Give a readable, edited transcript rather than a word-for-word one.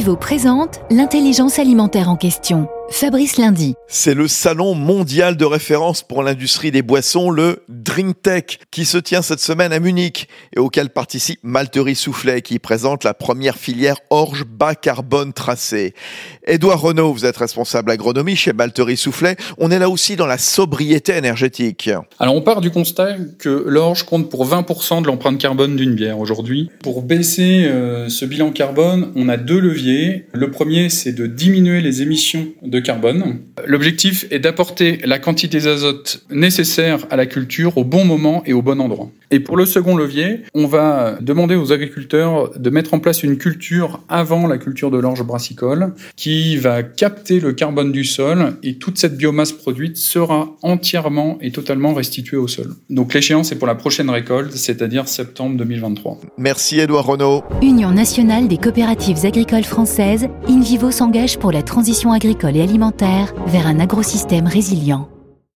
InVivo présente l'intelligence alimentaire en question. Fabrice Lundi. C'est le salon mondial de référence pour l'industrie des boissons, le DrinkTech, qui se tient cette semaine à Munich et auquel participe Malterie Soufflet, qui présente la première filière orge bas carbone tracée. Édouard Renaud, vous êtes responsable agronomie chez Malterie Soufflet. On est là aussi dans la sobriété énergétique. Alors on part du constat que l'orge compte pour 20% de l'empreinte carbone d'une bière aujourd'hui. Pour baisser ce bilan carbone, on a deux leviers. Le premier, c'est de diminuer les émissions de carbone. L'objectif est d'apporter la quantité d'azote nécessaire à la culture au bon moment et au bon endroit. Et pour le second levier, on va demander aux agriculteurs de mettre en place une culture avant la culture de l'orge brassicole qui va capter le carbone du sol et toute cette biomasse produite sera entièrement et totalement restituée au sol. Donc l'échéance est pour la prochaine récolte, c'est-à-dire septembre 2023. Merci Édouard Renaud. Union nationale des coopératives agricoles françaises, InVivo s'engage pour la transition agricole et alimentaire vers un agrosystème résilient.